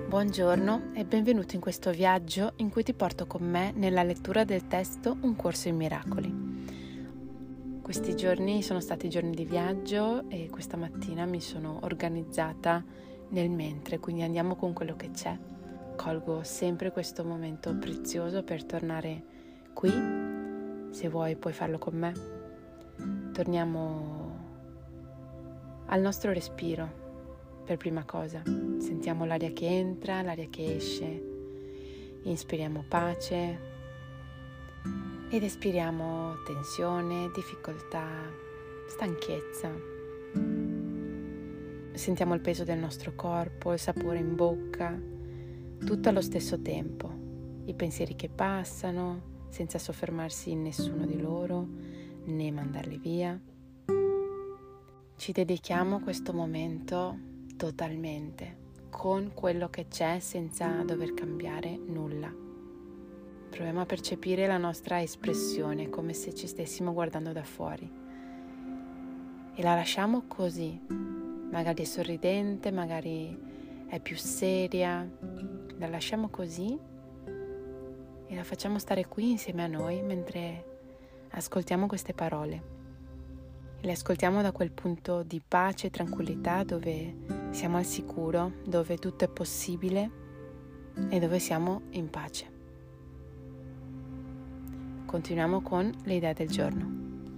Buongiorno e benvenuto in questo viaggio in cui ti porto con me nella lettura del testo Un corso in miracoli. Questi giorni sono stati giorni di viaggio e questa mattina mi sono organizzata nel mentre, quindi andiamo con quello che c'è. Colgo sempre questo momento prezioso per tornare qui, se vuoi puoi farlo con me. Torniamo al nostro respiro. Per prima cosa, sentiamo l'aria che entra, l'aria che esce, inspiriamo pace ed espiriamo tensione, difficoltà, stanchezza. Sentiamo il peso del nostro corpo, il sapore in bocca, tutto allo stesso tempo. I pensieri che passano, senza soffermarsi in nessuno di loro, né mandarli via. Ci dedichiamo questo momento totalmente, con quello che c'è senza dover cambiare nulla. Proviamo a percepire la nostra espressione come se ci stessimo guardando da fuori e la lasciamo così, magari è sorridente, magari è più seria, la lasciamo così e la facciamo stare qui insieme a noi mentre ascoltiamo queste parole. Le ascoltiamo da quel punto di pace e tranquillità dove siamo al sicuro, dove tutto è possibile e dove siamo in pace. Continuiamo con l'idea del giorno.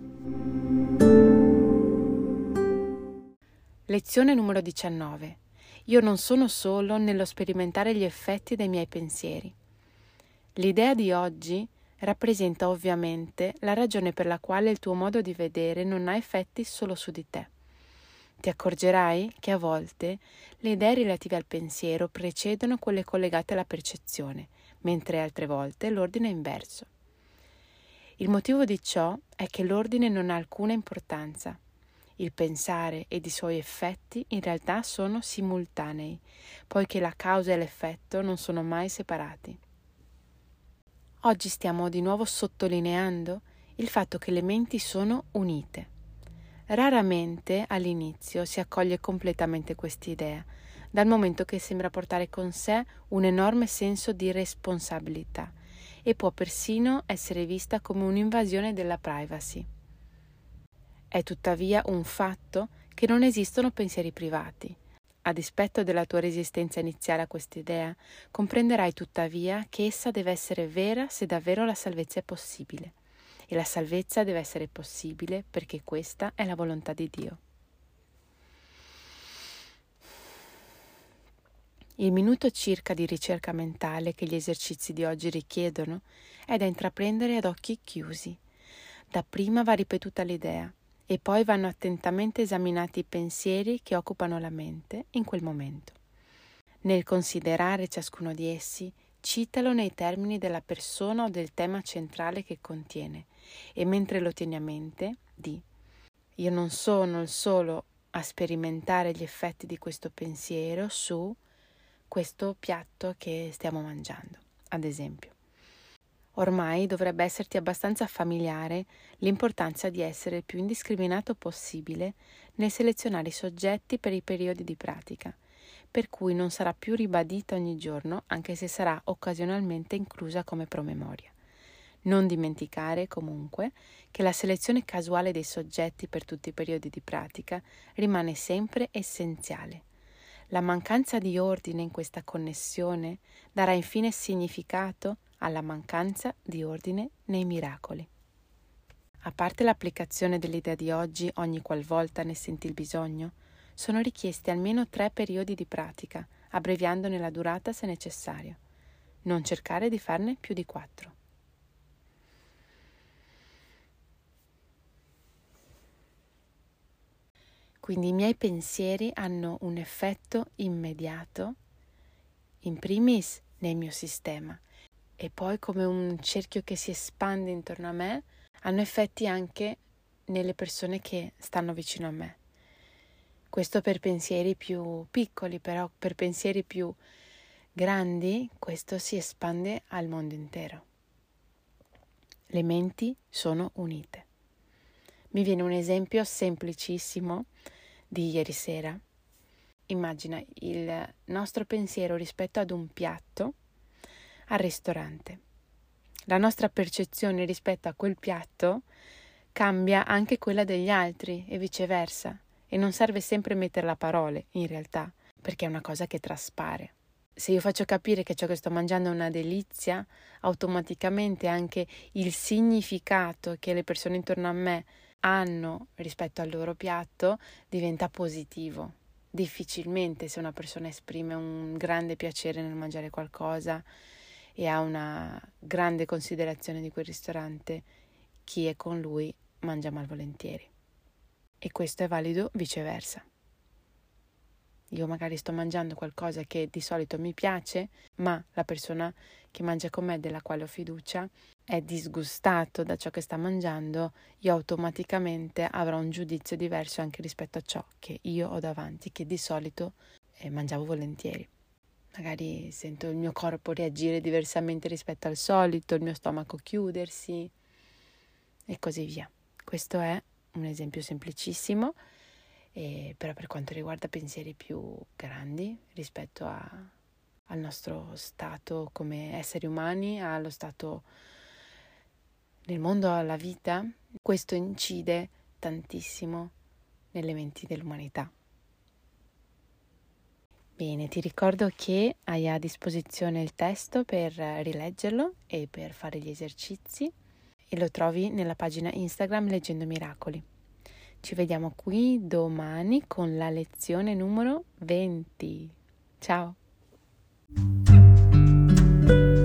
Lezione numero 19. Io non sono solo nello sperimentare gli effetti dei miei pensieri. L'idea di oggi rappresenta ovviamente la ragione per la quale il tuo modo di vedere non ha effetti solo su di te. Ti accorgerai che a volte le idee relative al pensiero precedono quelle collegate alla percezione, mentre altre volte l'ordine è inverso. Il motivo di ciò è che l'ordine non ha alcuna importanza. Il pensare ed i suoi effetti in realtà sono simultanei, poiché la causa e l'effetto non sono mai separati. Oggi stiamo di nuovo sottolineando il fatto che le menti sono unite. Raramente all'inizio si accoglie completamente quest'idea, dal momento che sembra portare con sé un enorme senso di responsabilità e può persino essere vista come un'invasione della privacy. È tuttavia un fatto che non esistono pensieri privati. A dispetto della tua resistenza iniziale a quest'idea, comprenderai tuttavia che essa deve essere vera se davvero la salvezza è possibile. E la salvezza deve essere possibile perché questa è la volontà di Dio. Il minuto circa di ricerca mentale che gli esercizi di oggi richiedono è da intraprendere ad occhi chiusi. Dapprima va ripetuta l'idea e poi vanno attentamente esaminati i pensieri che occupano la mente in quel momento. Nel considerare ciascuno di essi, citalo nei termini della persona o del tema centrale che contiene e mentre lo tieni a mente, di: io non sono il solo a sperimentare gli effetti di questo pensiero su questo piatto che stiamo mangiando, ad esempio. Ormai dovrebbe esserti abbastanza familiare l'importanza di essere il più indiscriminato possibile nel selezionare i soggetti per i periodi di pratica, per cui non sarà più ribadita ogni giorno, anche se sarà occasionalmente inclusa come promemoria. Non dimenticare, comunque, che la selezione casuale dei soggetti per tutti i periodi di pratica rimane sempre essenziale. La mancanza di ordine in questa connessione darà infine significato alla mancanza di ordine nei miracoli. A parte l'applicazione dell'idea di oggi ogni qualvolta ne senti il bisogno, sono richiesti almeno 3 periodi di pratica, abbreviandone la durata se necessario. Non cercare di farne più di 4. Quindi i miei pensieri hanno un effetto immediato, in primis nel mio sistema, e poi come un cerchio che si espande intorno a me, hanno effetti anche nelle persone che stanno vicino a me. Questo per pensieri più piccoli, però per pensieri più grandi, questo si espande al mondo intero. Le menti sono unite. Mi viene un esempio semplicissimo di ieri sera. immagina il nostro pensiero rispetto ad un piatto al ristorante. La nostra percezione rispetto a quel piatto cambia anche quella degli altri e viceversa. E non serve sempre metterla a parole, in realtà, perché è una cosa che traspare. Se io faccio capire che ciò che sto mangiando è una delizia, automaticamente anche il significato che le persone intorno a me hanno rispetto al loro piatto diventa positivo. Difficilmente, se una persona esprime un grande piacere nel mangiare qualcosa e ha una grande considerazione di quel ristorante, chi è con lui mangia malvolentieri. E questo è valido viceversa. Io magari sto mangiando qualcosa che di solito mi piace, ma la persona che mangia con me, della quale ho fiducia, è disgustato da ciò che sta mangiando, io automaticamente avrò un giudizio diverso anche rispetto a ciò che io ho davanti, che di solito mangiavo volentieri. Magari sento il mio corpo reagire diversamente rispetto al solito, il mio stomaco chiudersi e così via. Questo è un esempio semplicissimo, però per quanto riguarda pensieri più grandi rispetto al nostro stato come esseri umani, allo stato nel mondo, alla vita, questo incide tantissimo nelle menti dell'umanità. Bene, ti ricordo che hai a disposizione il testo per rileggerlo e per fare gli esercizi e lo trovi nella pagina Instagram Leggendo Miracoli. Ci vediamo qui domani con la lezione numero 20. Ciao!